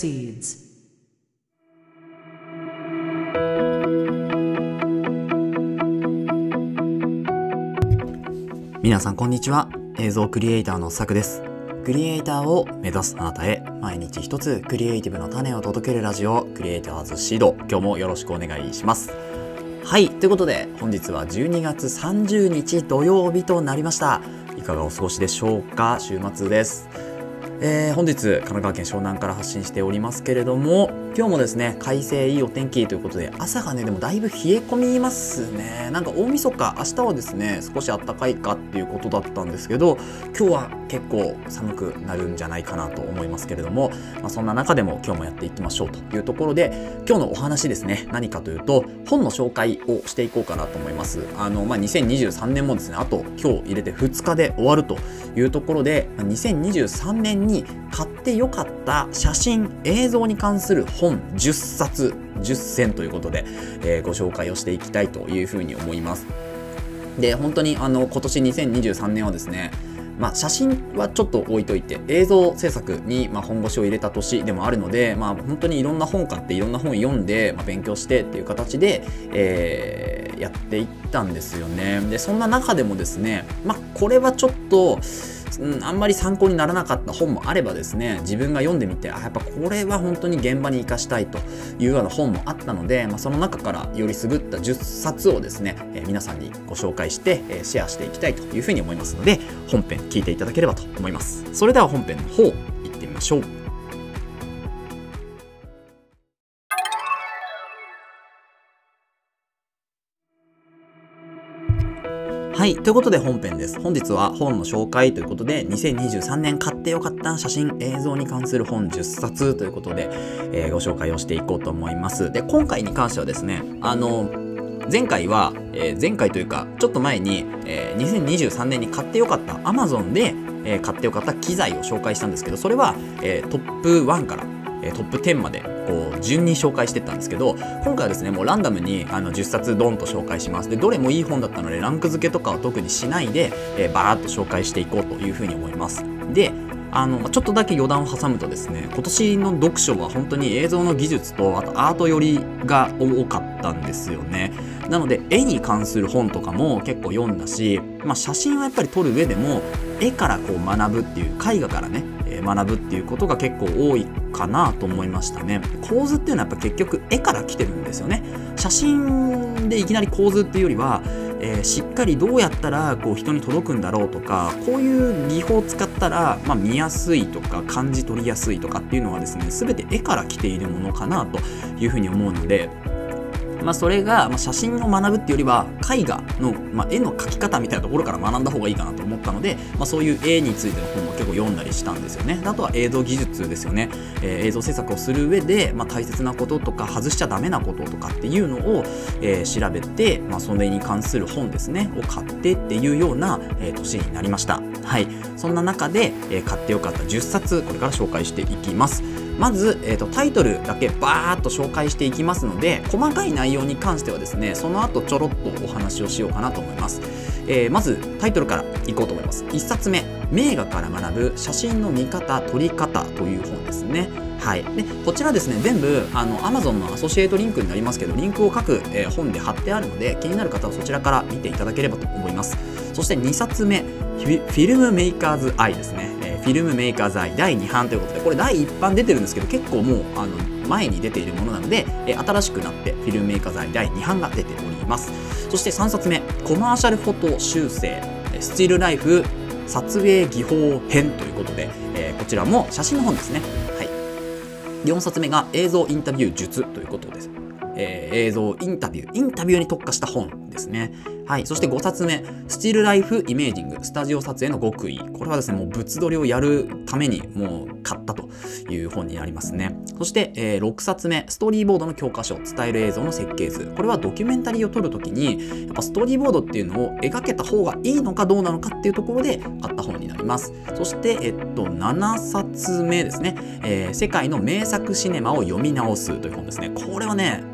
proceeds. 皆さんこんにちは。映像クリエイターのさくです。クリエイターを目指すあなたへ、毎日一つクリエイティブの種を届けるラジオ、クリエイターズシード。今日もよろしくお願いします。はい、ということで本日は12月30日土曜日となりました。いかがお過ごしでしょうか。週末です。本日神奈川県湘南から発信しておりますけれども、今日もですね快晴いいお天気ということで、朝がねでもだいぶ冷え込みますね。なんか大晦日、明日はですね少し暖かいかっていうことだったんですけど、今日は結構寒くなるんじゃないかなと思いますけれども、そんな中でも今日もやっていきましょうというところで、今日のお話ですね、何かというと本の紹介をしていこうかなと思います。2023年もですね、あと今日入れて2日で終わるというところで、2023年に買ってよかった写真映像に関する本10冊10選ということで、ご紹介をしていきたいというふうに思います。で、本当に今年2023年はですね、写真はちょっと置いといて映像制作に本腰を入れた年でもあるので、本当にいろんな本買っていろんな本読んで、勉強してっていう形で、やっていったんですよね。でそんな中でもですね、これはちょっとあんまり参考にならなかった本もあればですね、自分が読んでみてやっぱこれは本当に現場に生かしたいというような本もあったので、その中からより優った10冊をですね、皆さんにご紹介して、シェアしていきたいというふうに思いますので、本編聞いていただければと思います。それでは本編の方行ってみましょう。はい、ということで本編です。本日は本の紹介ということで、2023年買ってよかった写真映像に関する本10冊ということで、ご紹介をしていこうと思います。で、今回に関してはですね、前回というかちょっと前に、2023年に買ってよかった Amazon で、買ってよかった機材を紹介したんですけど、それは、トップ1からトップ10までこう順に紹介していったんですけど、今回はですねもうランダムに10冊ドンと紹介します。でどれもいい本だったのでランク付けとかは特にしないで、バーッと紹介していこうというふうに思います。でちょっとだけ余談を挟むとですね、今年の読書は本当に映像の技術とあとアート寄りが多かったんですよね。なので絵に関する本とかも結構読んだし、写真はやっぱり撮る上でも絵からこう学ぶっていう、絵画からね学ぶっていうことが結構多いかなと思いましたね。構図っていうのはやっぱ結局絵から来てるんですよね。写真でいきなり構図っていうよりは、しっかりどうやったらこう人に届くんだろうとか、こういう技法を使ったら、見やすいとか感じ取りやすいとかっていうのはですね、全て絵から来ているものかなというふうに思うので、それが写真を学ぶっていうよりは絵画の、絵の描き方みたいなところから学んだ方がいいかなと思ったので、そういう絵についての本も結構読んだりしたんですよね。あとは映像技術ですよね。映像制作をする上で、大切なこととか外しちゃダメなこととかっていうのを、調べて、それに関する本ですねを買ってっていうような、年になりました。はい、そんな中で、買ってよかった10冊これから紹介していきます。まず、タイトルだけバーッと紹介していきますので、細かい内容に関してはですねその後ちょろっとお話をしようかなと思います。まずタイトルからいこうと思います。1冊目、名画から学ぶ写真の見方撮り方という本ですね。はい、でこちらですね全部Amazon のアソシエイトリンクになりますけど、リンクを各、本で貼ってあるので、気になる方はそちらから見ていただければと思います。そして2冊目、フィルムメーカーズアイですね。フィルムメーカーズアイ第2版ということで、これ第1版出てるんですけど結構もう前に出ているものなので、新しくなってフィルムメーカーズアイ第2版が出ております。そして3冊目、コマーシャルフォト修正スチールライフ撮影技法編ということで、こちらも写真の本ですね。はい、4冊目が映像インタビュー術ということです。映像インタビューに特化した本ですね。はい、そして5冊目、スチールライフイメージングスタジオ撮影の極意。これはですねもう物撮りをやるためにもう買ったという本になりますね。そして、6冊目、ストーリーボードの教科書伝える映像の設計図。これはドキュメンタリーを撮るときにやっぱストーリーボードっていうのを描けた方がいいのかどうなのかっていうところで買った本になります。そして、7冊目ですね、世界の名作シネマを読み直すという本ですね。これはね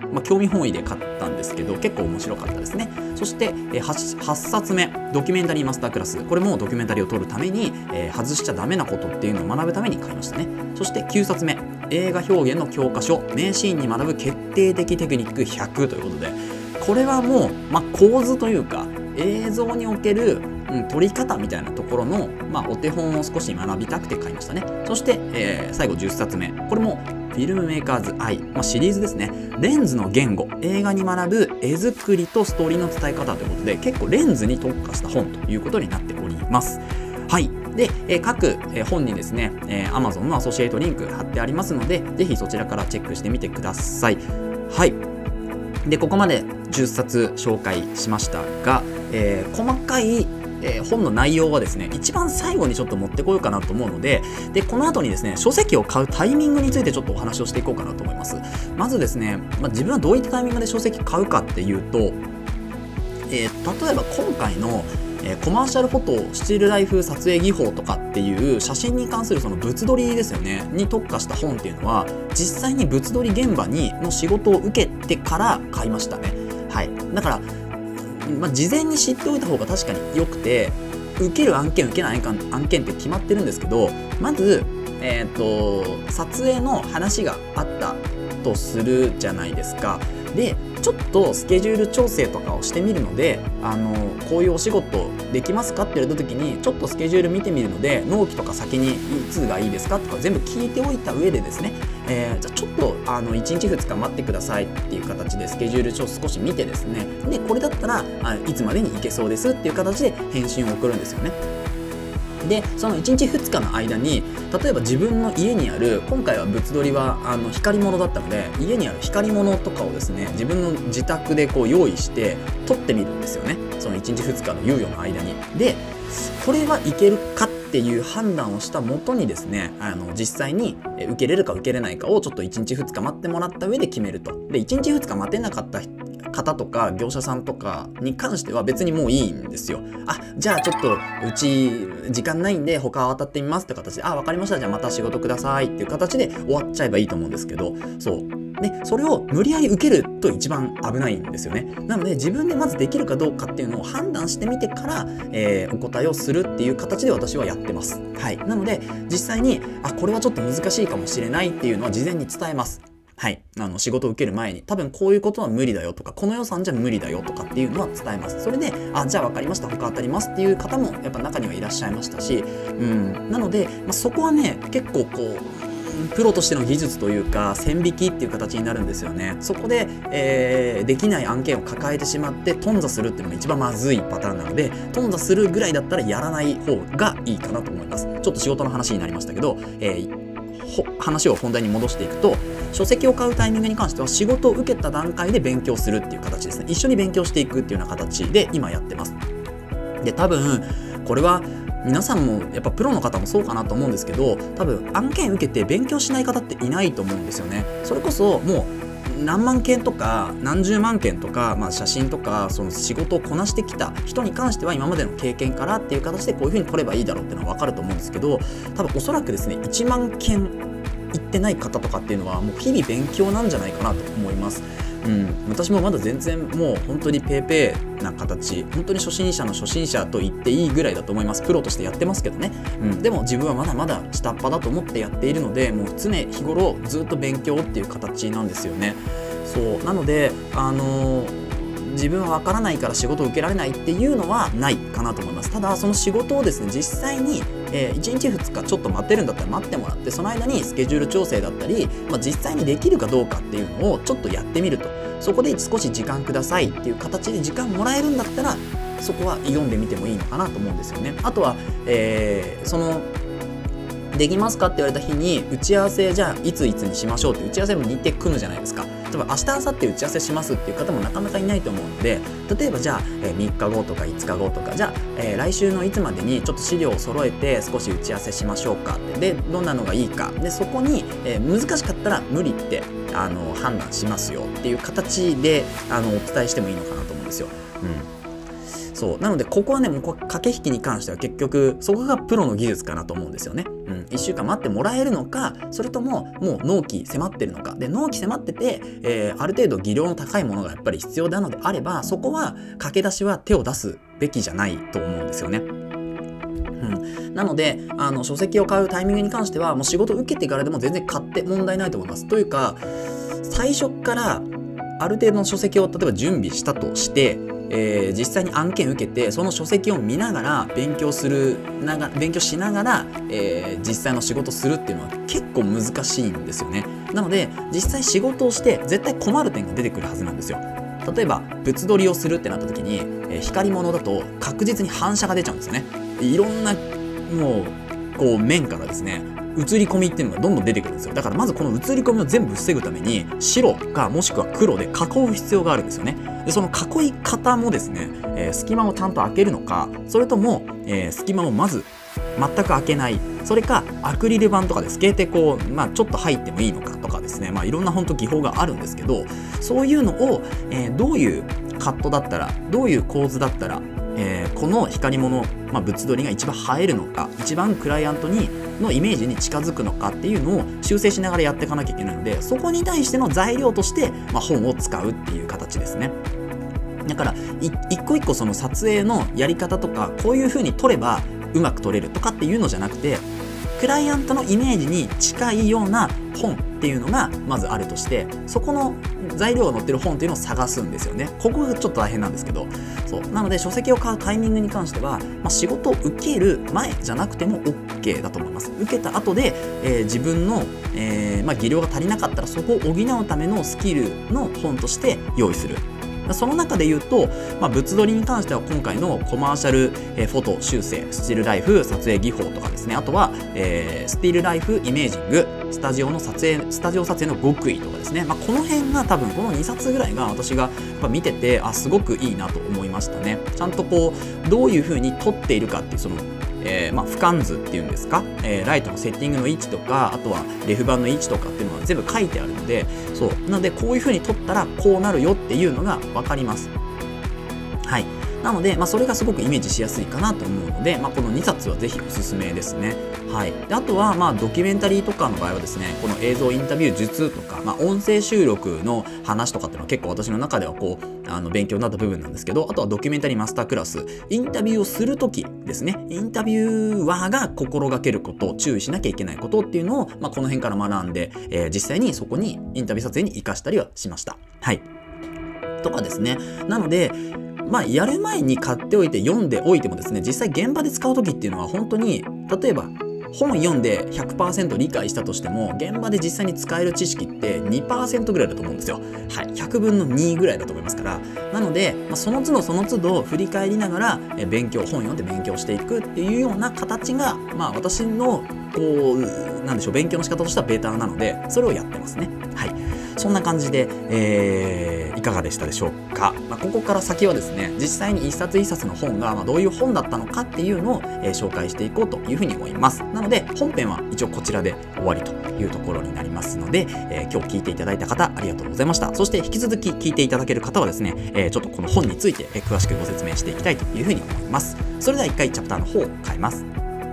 興味本位で買ったんですけど、結構面白かったですね。そして、8冊目、ドキュメンタリーマスタークラス。これもドキュメンタリーを撮るために、外しちゃダメなことっていうのを学ぶために買いましたね。そして9冊目、映画表現の教科書、名シーンに学ぶ決定的テクニック100ということで、これはもう、構図というか映像における、撮り方みたいなところの、お手本を少し学びたくて買いましたね。そして、最後10冊目、これもフィルムメーカーズアイ、シリーズですね。レンズの言語、映画に学ぶ絵作りとストーリーの伝え方ということで、結構レンズに特化した本ということになっております。はい。で、各本にですね、Amazon のアソシエイトリンク貼ってありますので、ぜひそちらからチェックしてみてください。はい。で、ここまで10冊紹介しましたが、細かい本の内容はですね、一番最後にちょっと持ってこようかなと思うので、この後にですね、書籍を買うタイミングについてちょっとお話をしていこうかなと思います。まずですね、自分はどういったタイミングで書籍買うかっていうと、例えば今回のコマーシャルフォトスチールライフ撮影技法とかっていう写真に関するその物撮りですよねに特化した本っていうのは、実際に物撮り現場の仕事を受けてから買いましたね。はい。だから事前に知っておいた方が確かに良くて、受ける案件受けない案件って決まってるんですけど、まず、撮影の話があったとするじゃないですか。でちょっとスケジュール調整とかをしてみるので、こういうお仕事できますかって言われた時に、ちょっとスケジュール見てみるので、納期とか先にいつがいいですかとか全部聞いておいた上でですね、じゃあちょっと1日2日待ってくださいっていう形でスケジュール帳少し見てですね、でこれだったらいつまでに行けそうですっていう形で返信を送るんですよね。でその1日2日の間に、例えば自分の家にある、今回は物撮りは光り物だったので、家にある光り物とかをですね、自分の自宅でこう用意して撮ってみるんですよね、その1日2日の猶予の間に。でこれはいけるかっていう判断をしたもとにですね、実際に受けれるか受けれないかをちょっと1日2日待ってもらった上で決めると。で1日2日待てなかった方とか業者さんとかに関しては別にもういいんですよ。じゃあちょっとうち時間ないんで他を当たってみますって形で、分かりました、じゃあまた仕事くださいっていう形で終わっちゃえばいいと思うんですけど、そうでそれを無理やり受けると一番危ないんですよね。なので自分でまずできるかどうかっていうのを判断してみてから、お答えをするっていう形で私はやってます。はい。なので実際にこれはちょっと難しいかもしれないっていうのは事前に伝えます。はい。仕事を受ける前に、多分こういうことは無理だよとか、この予算じゃ無理だよとかっていうのは伝えます。それで、じゃあ分かりました、他当たりますっていう方もやっぱ中にはいらっしゃいましたし、なので、そこはね、結構こう、プロとしての技術というか線引きっていう形になるんですよね。そこで、できない案件を抱えてしまって頓挫するっていうのが一番まずいパターンなので、頓挫するぐらいだったらやらない方がいいかなと思います。ちょっと仕事の話になりましたけど、話を本題に戻していくと、書籍を買うタイミングに関しては仕事を受けた段階で勉強するっていう形ですね。一緒に勉強していくっていうような形で今やってます。で多分これは皆さんもやっぱプロの方もそうかなと思うんですけど、多分案件受けて勉強しない方っていないと思うんですよね。それこそもう何万件とか何十万件とか、写真とかその仕事をこなしてきた人に関しては今までの経験からっていう形でこういう風に取ればいいだろうっていうのは分かると思うんですけど、多分おそらくですね1万件行ってない方とかっていうのはもう日々勉強なんじゃないかなと思います。私もまだ全然もう本当にペーペーな形、本当に初心者の初心者と言っていいぐらいだと思います。プロとしてやってますけどね、でも自分はまだまだ下っ端だと思ってやっているので、もう常日頃ずっと勉強っていう形なんですよね。そうなので自分は分からないから仕事を受けられないっていうのはないかなと思います。ただその仕事をですね実際に、1日2日ちょっと待てるんだったら待ってもらって、その間にスケジュール調整だったり、実際にできるかどうかっていうのをちょっとやってみると、そこで少し時間くださいっていう形で時間もらえるんだったら、そこは読んでみてもいいのかなと思うんですよね。あとは、そのできますかって言われた日に打ち合わせ、じゃあいついつにしましょうって打ち合わせも日程組むじゃないですか。例えば明日明後日打ち合わせしますっていう方もなかなかいないと思うので、例えばじゃあ3日後とか5日後とか、じゃあ来週のいつまでにちょっと資料を揃えて少し打ち合わせしましょうかって、でどんなのがいいかで、そこに難しかったら無理って判断しますよっていう形でお伝えしてもいいのかなと思うんですよ。 そうなのでここはねもう駆け引きに関しては結局そこがプロの技術かなと思うんですよね。1週間待ってもらえるのか、それとももう納期迫ってるのかで、納期迫ってて、ある程度技量の高いものがやっぱり必要なのであれば、そこは駆け出しは手を出すべきじゃないと思うんですよね。なので書籍を買うタイミングに関してはもう仕事受けてからでも全然買って問題ないと思います。というか最初からある程度の書籍を例えば準備したとして、実際に案件受けてその書籍を見ながら勉強しながら、実際の仕事するっていうのは結構難しいんですよね。なので実際仕事をして絶対困る点が出てくるはずなんですよ。例えば物撮りをするってなった時に、光り物だと確実に反射が出ちゃうんですよね。いろんなもうこう面からですね映り込みっていうのがどんどん出てくるんですよ。だからまずこの映り込みを全部防ぐために白かもしくは黒で囲う必要があるんですよね。でその囲い方もですね、隙間をちゃんと開けるのか、それとも、隙間をまず全く開けない、それかアクリル板とかで透けてこう、ちょっと入ってもいいのかとかですね、いろんな本当技法があるんですけど、そういうのを、どういうカットだったらどういう構図だったらこの光り物、物撮りが一番映えるのか、一番クライアントのイメージに近づくのかっていうのを修正しながらやっていかなきゃいけないので、そこに対しての材料として、本を使うっていう形ですね。だから一個一個その撮影のやり方とか、こういう風に撮ればうまく撮れるとかっていうのじゃなくて、クライアントのイメージに近いような本っていうのがまずあるとして、そこの材料が載ってる本っていうのを探すんですよね。ここがちょっと大変なんですけど、そうなので書籍を買うタイミングに関しては、仕事を受ける前じゃなくても OK だと思います。受けた後で、自分の、技量が足りなかったらそこを補うためのスキルの本として用意する。その中で言うと、物撮りに関しては今回のコマーシャル、フォト修正、スチールライフ撮影技法とかですね、あとは、スティールライフイメージング、スタジオ撮影の極意とかですね、この辺が多分この2冊ぐらいが私がやっぱ見ててすごくいいなと思いましたね。ちゃんとこうどういう風に撮っているかっていうその俯瞰図っていうんですか、ライトのセッティングの位置とか、あとはレフ板の位置とかっていうのは全部書いてあるので、そうなのでこういう風に撮ったらこうなるよっていうのが分かります。はい。なので、それがすごくイメージしやすいかなと思うので、この2冊はぜひおすすめですね。はい。であとは、ドキュメンタリーとかの場合はですね、この映像インタビュー術とか、音声収録の話とかっていうのは結構私の中ではこう、勉強になった部分なんですけど、あとはドキュメンタリーマスタークラス、インタビューをするときですね、インタビュアーが心がけること、注意しなきゃいけないことっていうのを、この辺から学んで、実際にそこにインタビュー撮影に活かしたりはしました。はい。とかですね。なので、やる前に買っておいて読んでおいてもですね、実際現場で使う時っていうのは本当に、例えば本読んで 100% 理解したとしても、現場で実際に使える知識って 2% ぐらいだと思うんですよ。はい。100分の2ぐらいだと思いますから。なので、その都度その都度振り返りながら本読んで勉強していくっていうような形が、私のこうなんでしょう、勉強の仕方としてはベーターなので、それをやってますね。はい。そんな感じで、いかがでしたでしょうか。ここから先はですね、実際に一冊一冊の本がどういう本だったのかっていうのを、紹介していこうというふうに思います。なので本編は一応こちらで終わりというところになりますので、今日聞いていただいた方ありがとうございました。そして引き続き聞いていただける方はですね、ちょっとこの本について詳しくご説明していきたいというふうに思います。それでは一回チャプターの方を変えます。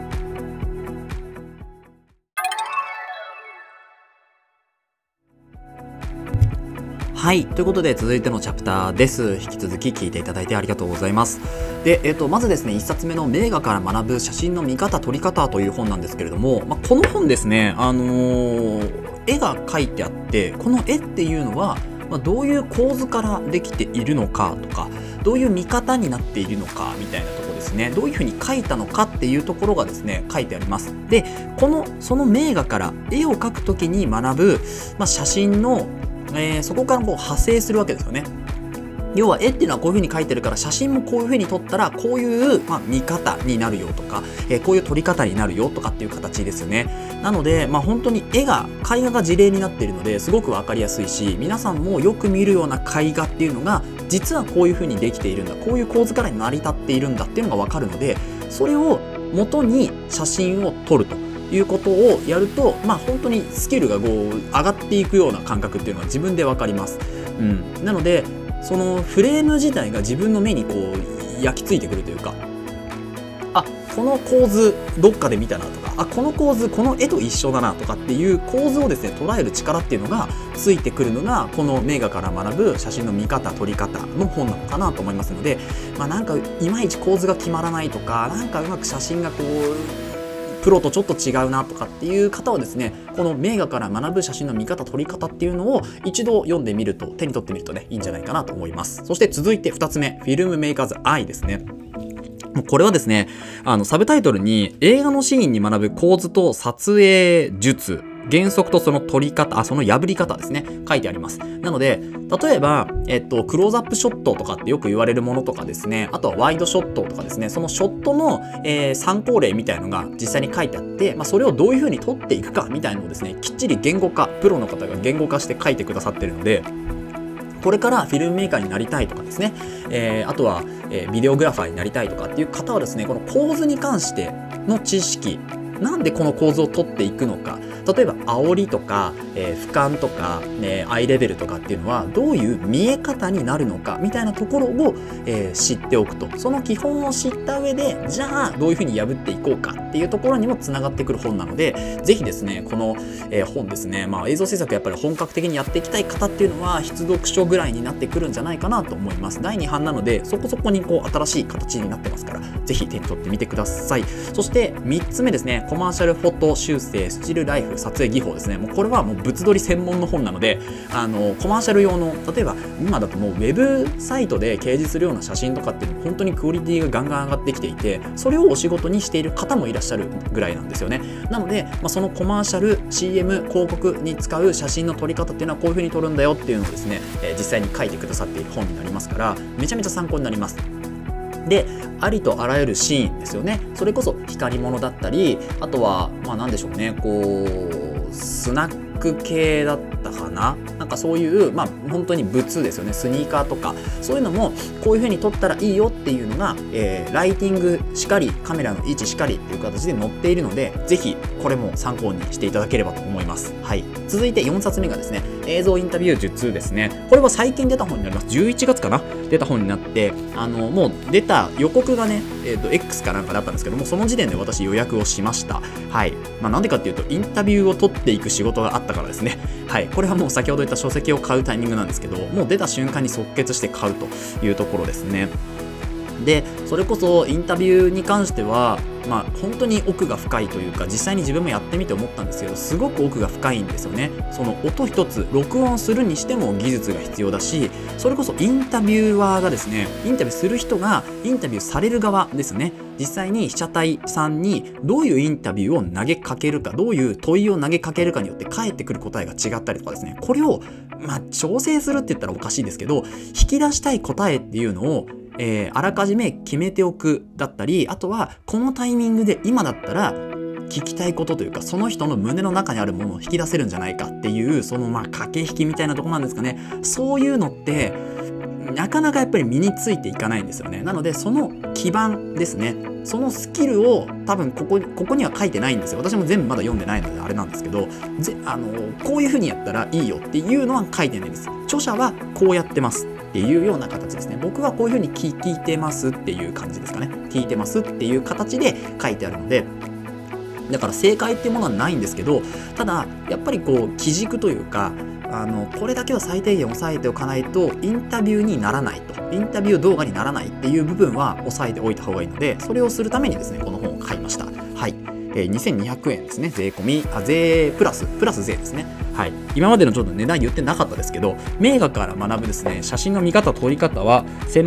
はい。ということで続いてのチャプターです。引き続き聞いていただいてありがとうございます。で、まずですね、1冊目の名画から学ぶ写真の見方、撮り方という本なんですけれども、この本ですね、絵が描いてあって、この絵っていうのは、どういう構図からできているのかとか、どういう見方になっているのかみたいなところですね、どういうふうに描いたのかっていうところがですね、書いてあります。で、その名画から絵を描くときに学ぶ、写真のそこからこう派生するわけですよね。要は絵っていうのはこういう風に描いてるから、写真もこういう風に撮ったらこういう、見方になるよとか、こういう撮り方になるよとかっていう形ですよね。なので、本当に絵画が事例になっているのですごく分かりやすいし、皆さんもよく見るような絵画っていうのが実はこういう風にできているんだ、こういう構図から成り立っているんだっていうのが分かるので、それを元に写真を撮るということをやると、本当にスキルがこう上がっていくような感覚っていうのは自分で分かります。なのでそのフレーム自体が自分の目にこう焼き付いてくるというか、あ、この構図どっかで見たなとか、あ、この構図この絵と一緒だなとかっていう構図をですね捉える力っていうのがついてくるのがこの名画から学ぶ写真の見方撮り方の本なのかなと思いますので、なんかいまいち構図が決まらないとか、なんかうまく写真がこうプロとちょっと違うなとかっていう方はですね、この名画から学ぶ写真の見方撮り方っていうのを一度読んでみると、手に取ってみるとねいいんじゃないかなと思います。そして続いて2つ目、フィルムメーカーズアイですね。これはですね、サブタイトルに映画のシーンに学ぶ構図と撮影術、原則とその撮り方、その破り方ですね、書いてあります。なので、例えば、クローズアップショットとかってよく言われるものとかですね、あとはワイドショットとかですね、そのショットの、参考例みたいのが実際に書いてあって、それをどういう風に撮っていくかみたいなのをですね、きっちり言語化、プロの方が言語化して書いてくださってるので、これからフィルムメーカーになりたいとかですね、あとは、ビデオグラファーになりたいとかっていう方はですね、この構図に関しての知識、なんでこの構図を取っていくのか、例えば煽りとか、俯瞰とか、アイレベルとかっていうのはどういう見え方になるのかみたいなところを、知っておくと、その基本を知った上で、じゃあどういうふうに破っていこうかっていうところにもつながってくる本なので、ぜひですねこの、本ですね、映像制作やっぱり本格的にやっていきたい方っていうのは必読書ぐらいになってくるんじゃないかなと思います。第2版なのでそこそこにこう新しい形になってますから、ぜひ手に取ってみてください。そして3つ目ですね、コマーシャルフォト修正スチルライフ撮影技法ですね。もうこれはもう物撮り専門の本なので、コマーシャル用の、例えば今だともうウェブサイトで掲示するような写真とかっていうのも本当にクオリティがガンガン上がってきていて、それをお仕事にしている方もいらっしゃるぐらいなんですよね。なので、そのコマーシャル CM 広告に使う写真の撮り方っていうのはこういう風に撮るんだよっていうのをですね、実際に書いてくださっている本になりますから、めちゃめちゃ参考になります。で、ありとあらゆるシーンですよね。それこそ光り物だったり、あとは何でしょうね、こうスナック系だったかな、なんかそういう本当に物ですよね、スニーカーとかそういうのもこういう風に撮ったらいいよっていうのが、ライティングしかりカメラの位置しかりっていう形で載っているので、ぜひこれも参考にしていただければと思います。はい。続いて4冊目がですね、映像インタビュー術ですね。これは最近出た本になります。11月かな、出た本になって、もう出た予告がね、X かなんかだったんですけども、その時点で私予約をしました。はい。なんでかっていうと、インタビューを撮っていく仕事があったからですね。はい。これはもう先ほど言った書籍を買うタイミングなんですけど、もう出た瞬間に即決して買うというところですね。で、それこそインタビューに関しては、本当に奥が深いというか、実際に自分もやってみて思ったんですけど、すごく奥が深いんですよね。その音一つ録音するにしても技術が必要だし、それこそインタビュアーがですね、インタビューする人がインタビューされる側ですね、実際に被写体さんにどういうインタビューを投げかけるか、どういう問いを投げかけるかによって返ってくる答えが違ったりとかですね、これを調整するって言ったらおかしいですけど、引き出したい答えっていうのをあらかじめ決めておくだったり、あとはこのタイミングで今だったら聞きたいことというか、その人の胸の中にあるものを引き出せるんじゃないかっていう、その駆け引きみたいなところなんですかね。そういうのってなかなかやっぱり身についていかないんですよね。なのでその基盤ですね、そのスキルを多分ここには書いてないんですよ。私も全部まだ読んでないのであれなんですけど、こういう風にやったらいいよっていうのは書いてないんです。著者はこうやってますっていうような形ですね。僕はこういう風に聞いてますっていう感じですかね。聞いてますっていう形で書いてあるので、だから正解っていうものはないんですけど、ただやっぱりこう基軸というか、これだけは最低限押さえておかないとインタビューにならないと、インタビュー動画にならないっていう部分は押さえておいた方がいいので、それをするためにですねこの本を買いました。はい。2200円ですね。税込み、税プラス税ですね。はい。今までのちょっと値段言ってなかったですけど、名画から学ぶですね、写真の見方、撮り方は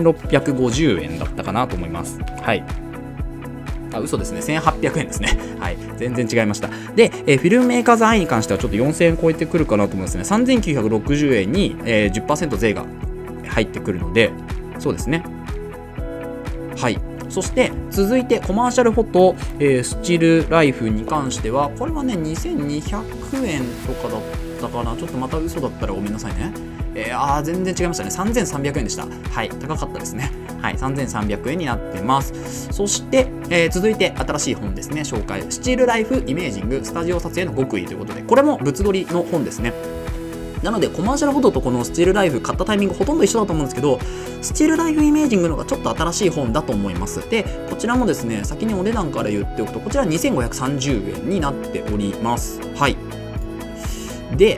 1650円だったかなと思います。はい。嘘ですね。1800円ですね。はい。全然違いました。で、フィルムメーカーズアイに関してはちょっと4000円超えてくるかなと思いますね。3960円に、10% 税が入ってくるので、そうですね。はい。そして続いてコマーシャルフォト、スチルライフに関しては、これはね2200円とかだったかな。ちょっとまた嘘だったらごめんなさいね。全然違いましたね。3300円でした。はい、高かったですね。はい、3300円になってます。そして、続いて新しい本ですね、紹介。スチールライフイメージングスタジオ撮影の極意ということで、これも物撮りの本ですね。 なのでコマーシャルフォトとこのスチールライフ買ったタイミングほとんど一緒だと思うんですけど、スチールライフイメージングの方がちょっと新しい本だと思います。でこちらもですね、先にお値段から言っておくと、こちら2530円になっております。はい。で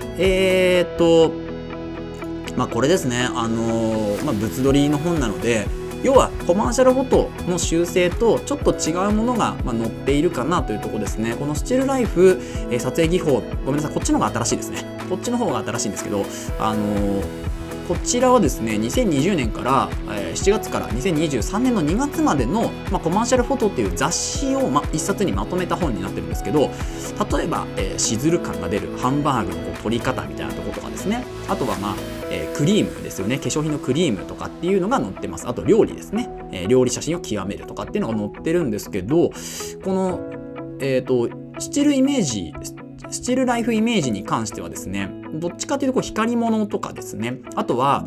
これですね、物撮りの本なので、要はコマーシャルフォトの修正とちょっと違うものが載っているかなというところですね。このスチルライフ、撮影技法、ごめんなさい、こっちの方が新しいですね。こっちの方が新しいんですけど、こちらはですね、2020年から、7月から2023年の2月までの、コマーシャルフォトっていう雑誌を、一冊にまとめた本になってるんですけど、例えば、シズル感が出るハンバーグの撮り方みたいなところとかですね、あとはクリームですよね、化粧品のクリームとかっていうのが載ってます。あと料理ですね、料理写真を極めるとかっていうのが載ってるんですけど、この、スチルライフイメージに関してはですね、どっちかというと光り物とかですね、あとは、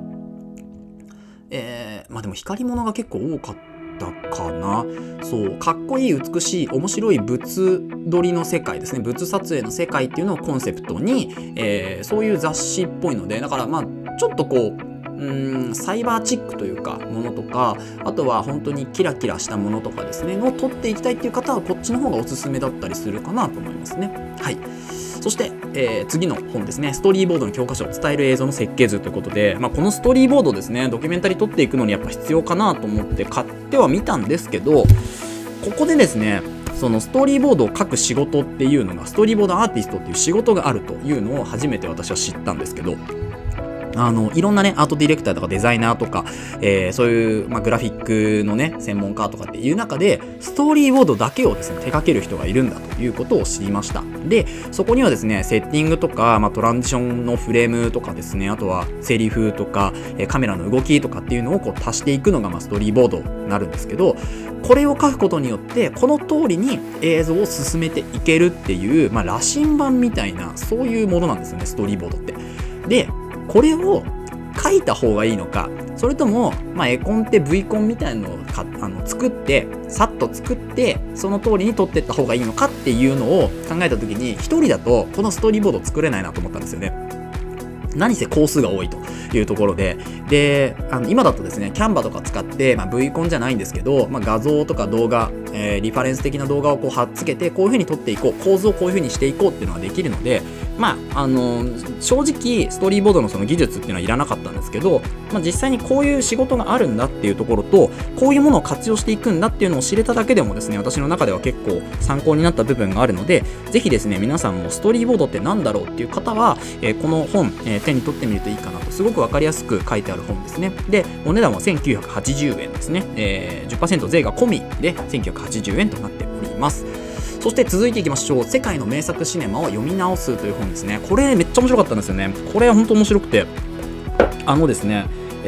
でも光り物が結構多かったかな。そう、かっこいい、美しい、面白い物撮りの世界ですね、物撮影の世界っていうのをコンセプトに、そういう雑誌っぽいので、だからちょっとこうサイバーチックというかものとか、あとは本当にキラキラしたものとかですねを撮っていきたいっていう方はこっちの方がおすすめだったりするかなと思いますね。はい。そして、次の本ですね、ストーリーボードの教科書、伝える映像の設計図ということで、このストーリーボードですね、ドキュメンタリー撮っていくのにやっぱ必要かなと思って買ってはみたんですけど、ここでですね、そのストーリーボードを書く仕事っていうのが、ストーリーボードアーティストっていう仕事があるというのを初めて私は知ったんですけど、いろんなね、アートディレクターとかデザイナーとか、そういう、グラフィックのね、専門家とかっていう中で、ストーリーボードだけをですね、手掛ける人がいるんだということを知りました。で、そこにはですね、セッティングとか、トランジションのフレームとかですね、あとはセリフとか、カメラの動きとかっていうのをこう足していくのが、ストーリーボードになるんですけど、これを書くことによって、この通りに映像を進めていけるっていう、羅針盤みたいな、そういうものなんですよね、ストーリーボードって。で、これを書いた方がいいのか、それとも、絵コンテ V コンみたいなのを作って、さっと作って、その通りに撮っていった方がいいのかっていうのを考えたときに、一人だとこのストーリーボード作れないなと思ったんですよね。何せ工数が多いというところで、今だとですね、キャンバとか使って、V コンじゃないんですけど、画像とか動画、リファレンス的な動画をこう貼っつけて、こういう風に撮っていこう、構図をこういう風にしていこうっていうのができるので、正直ストーリーボードのその技術っていうのはいらなかったんですけど、実際にこういう仕事があるんだっていうところと、こういうものを活用していくんだっていうのを知れただけでもですね、私の中では結構参考になった部分があるので、ぜひですね、皆さんもストーリーボードってなんだろうっていう方は、この本、手に取ってみるといいかなと、すごくわかりやすく書いてある本ですね。で、お値段は1980円ですね。10% 税が込みで1980円となっております。そして続いていきましょう。世界の名作シネマを読み直すという本ですね。これめっちゃ面白かったんですよね。これは本当面白くて、ですね、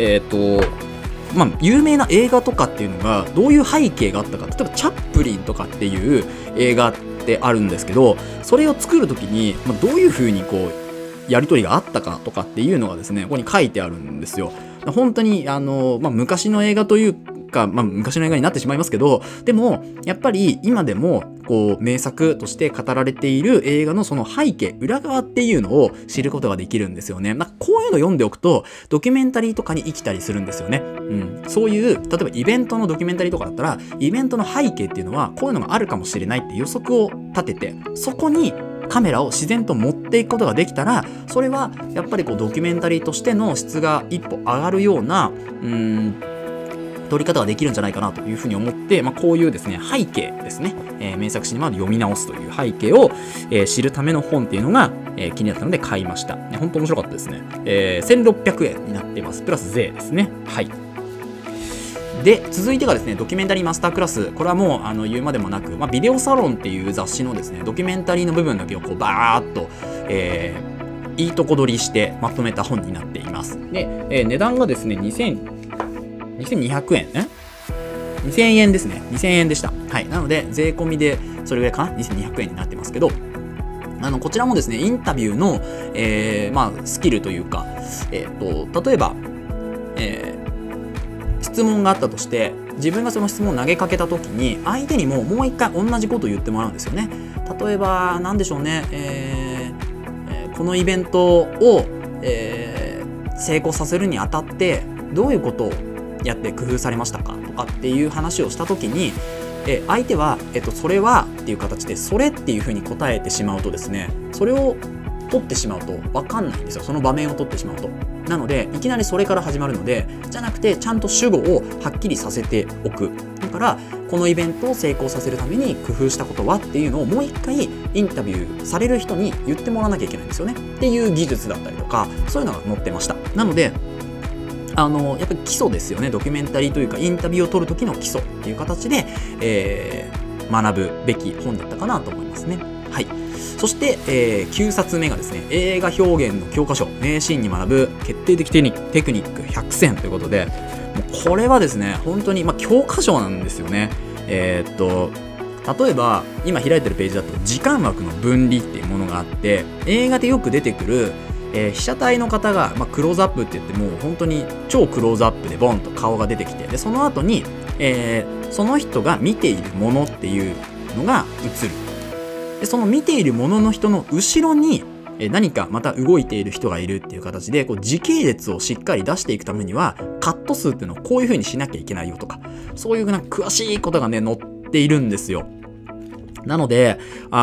有名な映画とかっていうのがどういう背景があったか、例えばチャップリンとかっていう映画ってあるんですけど、それを作るときに、どういう風にこうやり取りがあったかとかっていうのがですね、ここに書いてあるんですよ。本当に昔の映画というか、昔の映画になってしまいますけど、でもやっぱり今でもこう名作として語られている映画のその背景、裏側っていうのを知ることができるんですよね。こういうの読んでおくとドキュメンタリーとかに生きたりするんですよね。そういう例えばイベントのドキュメンタリーとかだったら、イベントの背景っていうのはこういうのがあるかもしれないって予測を立てて、そこにカメラを自然と持っていくことができたら、それはやっぱりこうドキュメンタリーとしての質が一歩上がるような撮り方ができるんじゃないかなというふうに思って、こういうですね、背景ですね、名作シネマを読み直すという背景を、知るための本っていうのが、気になったので買いました。本当面白かったですね。1600円になっています。プラス税ですね。はい。で、続いてがですね、ドキュメンタリーマスタークラス。これはもう言うまでもなく、ビデオサロンっていう雑誌のですね、ドキュメンタリーの部分だけをこうバーっと、いいとこ取りしてまとめた本になっています。で、値段がですね、2200円2000円ですね。2000円でした。はい。なので、税込みでそれぐらいかな ?2200 円になってますけど、こちらもですね、インタビューの、スキルというか、例えば、質問があったとして、自分がその質問を投げかけたときに、相手にもう一回同じことを言ってもらうんですよね。例えば、なんでしょうね、このイベントを成功させるにあたってどういうことをやって工夫されましたかとかっていう話をした時に、相手は、それはっていう形でそれっていうふうに答えてしまうとですね、それを取ってしまうと分かんないんですよ。その場面を取ってしまうと。なのでいきなりそれから始まるので、じゃなくてちゃんと主語をはっきりさせておく。だからこのイベントを成功させるために工夫したことはっていうのをもう一回インタビューされる人に言ってもらわなきゃいけないんですよねっていう技術だったりとか、そういうのが載ってました。なのでやっぱり基礎ですよね。ドキュメンタリーというかインタビューを取る時の基礎っていう形で、学ぶべき本だったかなと思いますね。はい。そして、9冊目がですね、映画表現の教科書、名シーンに学ぶ決定的テクニック100選ということで、もうこれはですね、本当に、教科書なんですよね。例えば、今開いてるページだと、時間枠の分離っていうものがあって、映画でよく出てくる、被写体の方が、クローズアップって言っても本当に超クローズアップでボンと顔が出てきて、でその後に、その人が見ているものっていうのが映る。でその見ているものの人の後ろに何かまた動いている人がいるっていう形で、こう時系列をしっかり出していくためにはカット数っていうのをこういう風にしなきゃいけないよとか、そういう詳しいことがね載っているんですよ。なので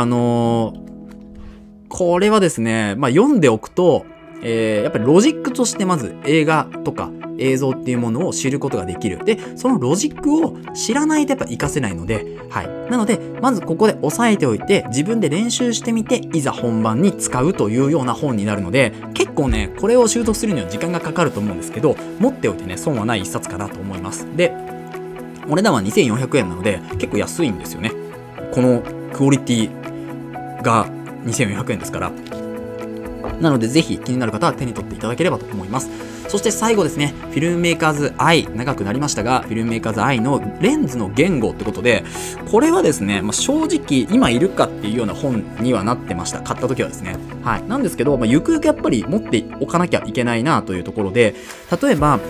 これはですね、読んでおくと、やっぱりロジックとしてまず映画とか映像っていうものを知ることができる。で、そのロジックを知らないとやっぱ活かせないので、はい。なので、まずここで押さえておいて、自分で練習してみて、いざ本番に使うというような本になるので、結構ね、これを習得するには時間がかかると思うんですけど、持っておいてね、損はない一冊かなと思います。で、お値段は2400円なので、結構安いんですよね。このクオリティが2400円ですから。なのでぜひ気になる方は手に取っていただければと思います。そして最後ですね、フィルムメーカーズアイ、長くなりましたが、フィルムメーカーズアイのレンズの言語ってことで、これはですね、正直今いるかっていうような本にはなってました。買った時はですね。はい。なんですけど、ゆくゆくやっぱり持っておかなきゃいけないなというところで、例えば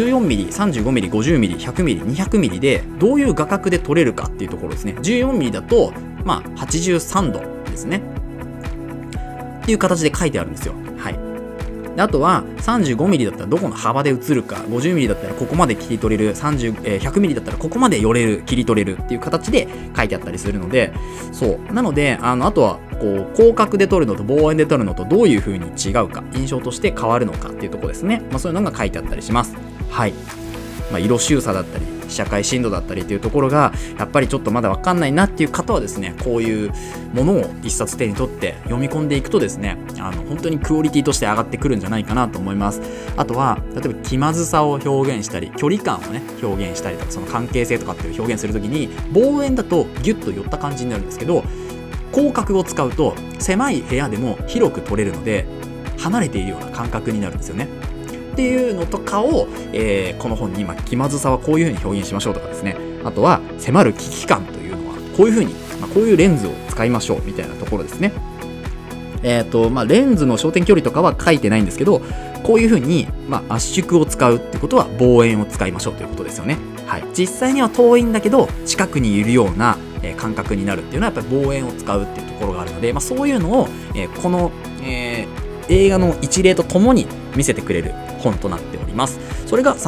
14mm、35mm、50mm、100mm、200mm でどういう画角で撮れるかっていうところですね。14mm だと、83度ですね。っていう形で書いてあるんですよ。はい。であとは 35mm だったらどこの幅で映るか、50mm だったらここまで切り取れる、100mm だったらここまで寄れる、切り取れるっていう形で書いてあったりするので、そう。なので、あとはこう広角で撮るのと望遠で撮るのとどういう風に違うか、印象として変わるのかっていうところですね。そういうのが書いてあったりします。はい。色臭さだったり被写界深度だったりというところがやっぱりちょっとまだ分かんないなっていう方はですね、こういうものを一冊手に取って読み込んでいくとですね、本当にクオリティとして上がってくるんじゃないかなと思います。あとは例えば気まずさを表現したり距離感をね表現したりとか、その関係性とかっていう表現するときに望遠だとギュッと寄った感じになるんですけど、広角を使うと狭い部屋でも広く撮れるので離れているような感覚になるんですよねっていうのとかを、この本に気まずさはこういう風に表現しましょうとかですね、あとは迫る危機感というのはこういう風に、こういうレンズを使いましょうみたいなところですね。レンズの焦点距離とかは書いてないんですけど、こういう風に、圧縮を使うってことは望遠を使いましょうということですよね。はい。実際には遠いんだけど近くにいるような、感覚になるっていうのはやっぱり望遠を使うっていうところがあるので、そういうのを、この、映画の一例とともに見せてくれる本となっております。それが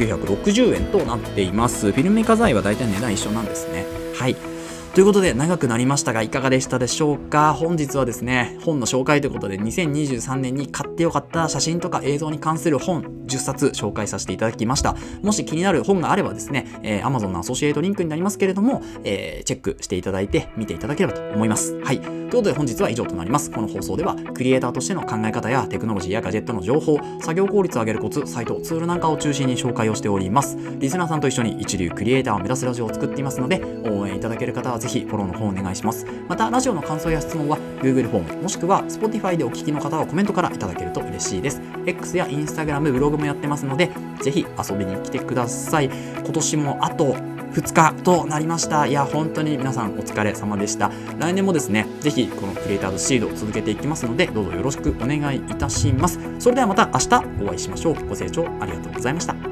3960円となっています。フィルムメーカーズアイは大体値段一緒なんですね。はい。ということで長くなりましたがいかがでしたでしょうか。本日はですね、本の紹介ということで2023年に買ってよかった写真とか映像に関する本10冊紹介させていただきました。もし気になる本があればですね、Amazon のアソシエイトリンクになりますけれども、チェックしていただいて見ていただければと思います。はい。ということで本日は以上となります。この放送ではクリエイターとしての考え方やテクノロジーやガジェットの情報、作業効率を上げるコツ、サイト、ツールなんかを中心に紹介をしております。リスナーさんと一緒に一流クリエイターを目指すラジオを作っていますので、応援いただける方はぜひフォローの方お願いします。またラジオの感想や質問は Google フォームもしくは Spotify でお聞きの方はコメントからいただけると嬉しいです。 X や Instagram、ブログもやってますのでぜひ遊びに来てください。今年もあと2日となりました。いや本当に皆さんお疲れ様でした。来年もですねぜひこのクリエイターズシードを続けていきますのでどうぞよろしくお願いいたします。それではまた明日お会いしましょう。ご清聴ありがとうございました。